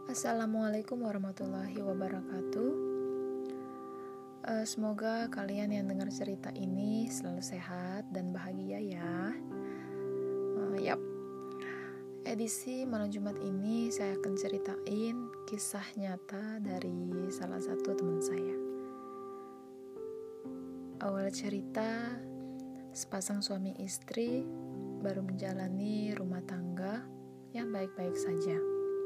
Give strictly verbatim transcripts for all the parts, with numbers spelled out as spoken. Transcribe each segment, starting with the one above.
Assalamualaikum warahmatullahi wabarakatuh. Uh, semoga kalian yang dengar cerita ini selalu sehat dan bahagia ya. Uh, yap. Edisi malam Jumat ini saya akan ceritain kisah nyata dari salah satu teman saya. Awal cerita, sepasang suami istri baru menjalani rumah tangga yang baik-baik saja.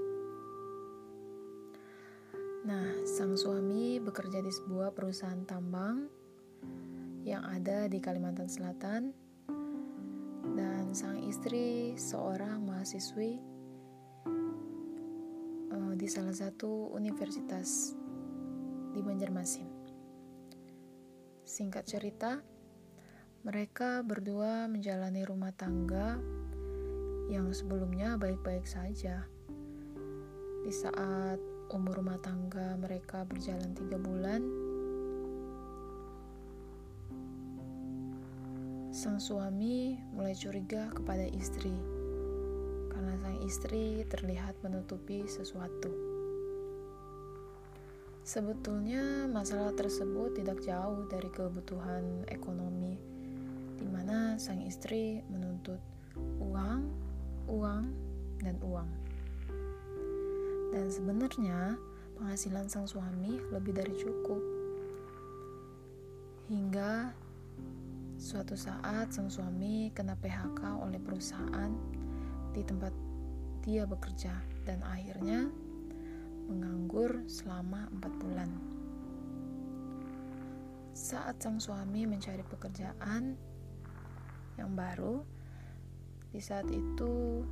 Nah, sang suami bekerja di sebuah perusahaan tambang yang ada di Kalimantan Selatan, dan sang istri seorang mahasiswi uh, di salah satu universitas di Banjarmasin. Singkat cerita, mereka berdua menjalani rumah tangga yang sebelumnya baik-baik saja. Di saat umur rumah tangga mereka berjalan tiga bulan, sang suami mulai curiga kepada istri karena sang istri terlihat menutupi sesuatu. Sebetulnya masalah tersebut tidak jauh dari kebutuhan ekonomi, di mana sang istri menuntut uang, uang, dan uang. Dan sebenarnya penghasilan sang suami lebih dari cukup. Hingga suatu saat sang suami kena P H K oleh perusahaan di tempat dia bekerja dan akhirnya menganggur selama empat bulan. Saat sang suami mencari pekerjaan yang baru, di saat itu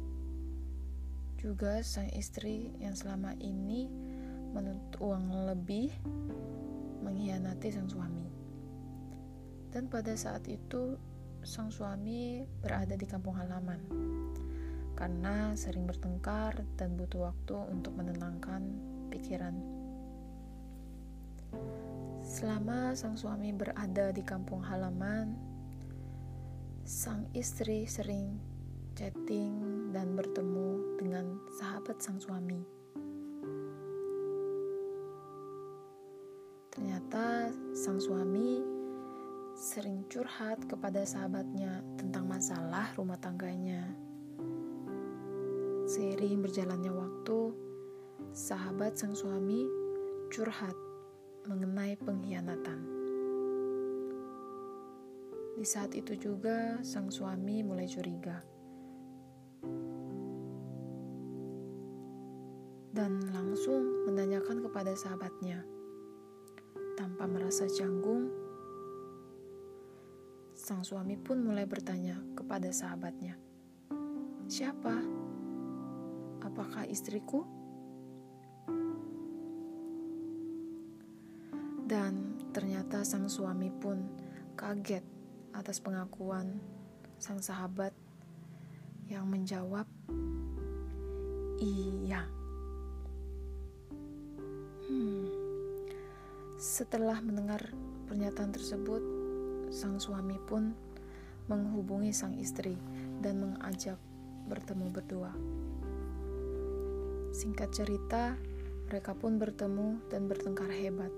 juga sang istri yang selama ini menuntut uang lebih mengkhianati sang suami. Dan pada saat itu sang suami berada di kampung halaman karena sering bertengkar dan butuh waktu untuk menenangkan pikiran. Selama sang suami berada di kampung halaman, sang istri sering chatting dan bertemu dengan sahabat sang suami. Ternyata sang suami sering curhat kepada sahabatnya tentang masalah rumah tangganya. Seiring berjalannya waktu, sahabat sang suami curhat mengenai pengkhianatan. Di saat itu juga sang suami mulai curiga dan langsung menanyakan kepada sahabatnya. Tanpa merasa canggung, sang suami pun mulai bertanya kepada sahabatnya, "Siapa? Apakah istriku?" Dan ternyata sang suami pun kaget atas pengakuan sang sahabat yang menjawab, "Iya." Hmm. Setelah mendengar pernyataan tersebut, sang suami pun menghubungi sang istri dan mengajak bertemu berdua. Singkat cerita, mereka pun bertemu dan bertengkar hebat.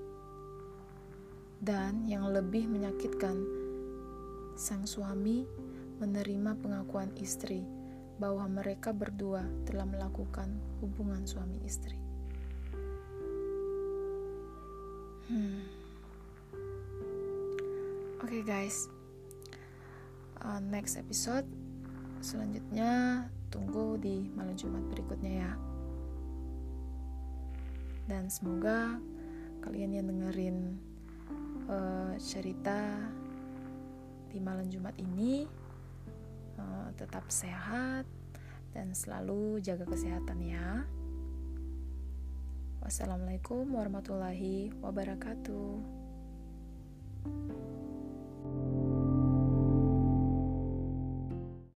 Dan yang lebih menyakitkan, sang suami menerima pengakuan istri bahwa mereka berdua telah melakukan hubungan suami istri. Hmm. Oke okay guys, uh, next episode selanjutnya tunggu di malam Jumat berikutnya ya. Dan semoga kalian yang dengerin uh, cerita di malam Jumat ini uh, tetap sehat dan selalu jaga kesehatan ya. Wassalamualaikum warahmatullahi wabarakatuh.